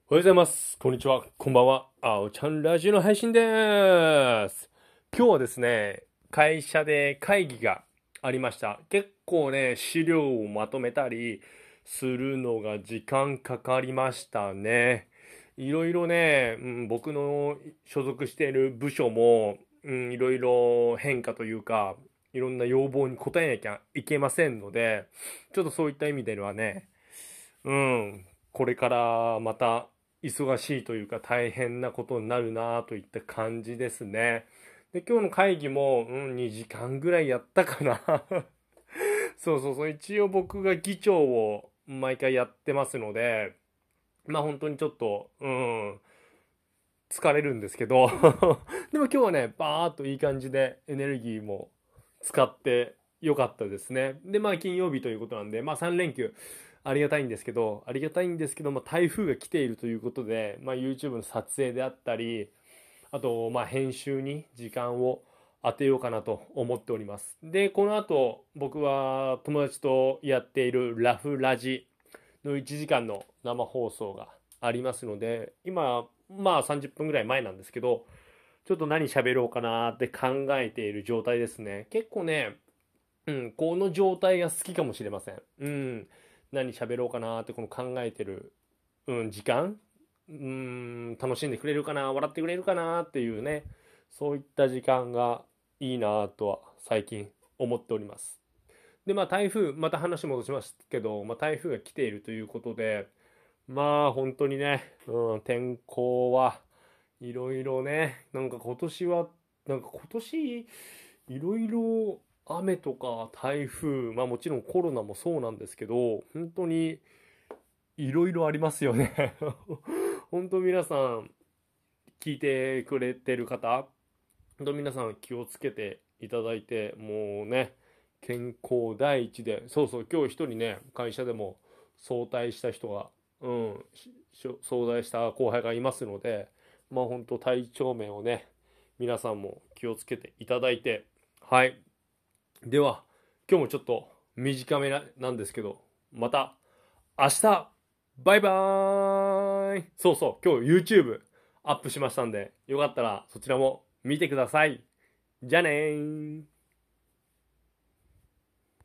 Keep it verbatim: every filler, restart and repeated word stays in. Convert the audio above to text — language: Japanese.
おはようございます。こんにちは。こんばんは。あおちゃんラジオの配信です。今日はですね、会社で会議がありました。結構ね、資料をまとめたりするのが時間かかりましたね。いろいろね、うん、僕の所属している部署も、うん、いろいろ変化というか、いろんな要望に応えなきゃいけませんので、ちょっとそういった意味ではね、うん、これからまた忙しいというか大変なことになるなといった感じですね。で、今日の会議も、うん、にじかんぐらいやったかな。そうそうそう、一応僕が議長を毎回やってますので、まあ本当にちょっと、うん、疲れるんですけどでも今日はね、バーっといい感じでエネルギーも使ってよかったですね。で、まあ金曜日ということなんで、まあさん連休ありがたいんですけど、ありがたいんですけど、まあ台風が来ているということで、まあ YouTube の撮影であったり、あと、まあ編集に時間を当てようかなと思っております。で、この後、僕は友達とやっているラフラジのいちじかんの生放送がありますので、今、まあさんじゅっぷんぐらい前なんですけど、ちょっと何喋ろうかなって考えている状態ですね。結構ね、うん、この状態が好きかもしれません。うん、何喋ろうかなってこの考えてる、うん、時間、うん、楽しんでくれるかな、笑ってくれるかなっていうね、そういった時間がいいなとは最近思っております。で、まあ台風、また話戻しますけど、まあ台風が来ているということで、まあ本当にね、うん、天候はいろいろね、なんか今年は、なんか今年いろいろ雨とか台風、まあもちろんコロナもそうなんですけど、本当にいろいろありますよね。本当皆さん聞いてくれてる方、本当皆さん気をつけていただいて、もうね、健康第一で、そうそう、今日一人ね、会社でも早退した人が、うん、早退した後輩がいますので、まあ本当体調面をね、皆さんも気をつけていただいて、はい。では、今日もちょっと短めななんですけど、また明日、バイバーイ。そうそう、今日 YouTube アップしましたんで、よかったらそちらも見てください。じゃあねー。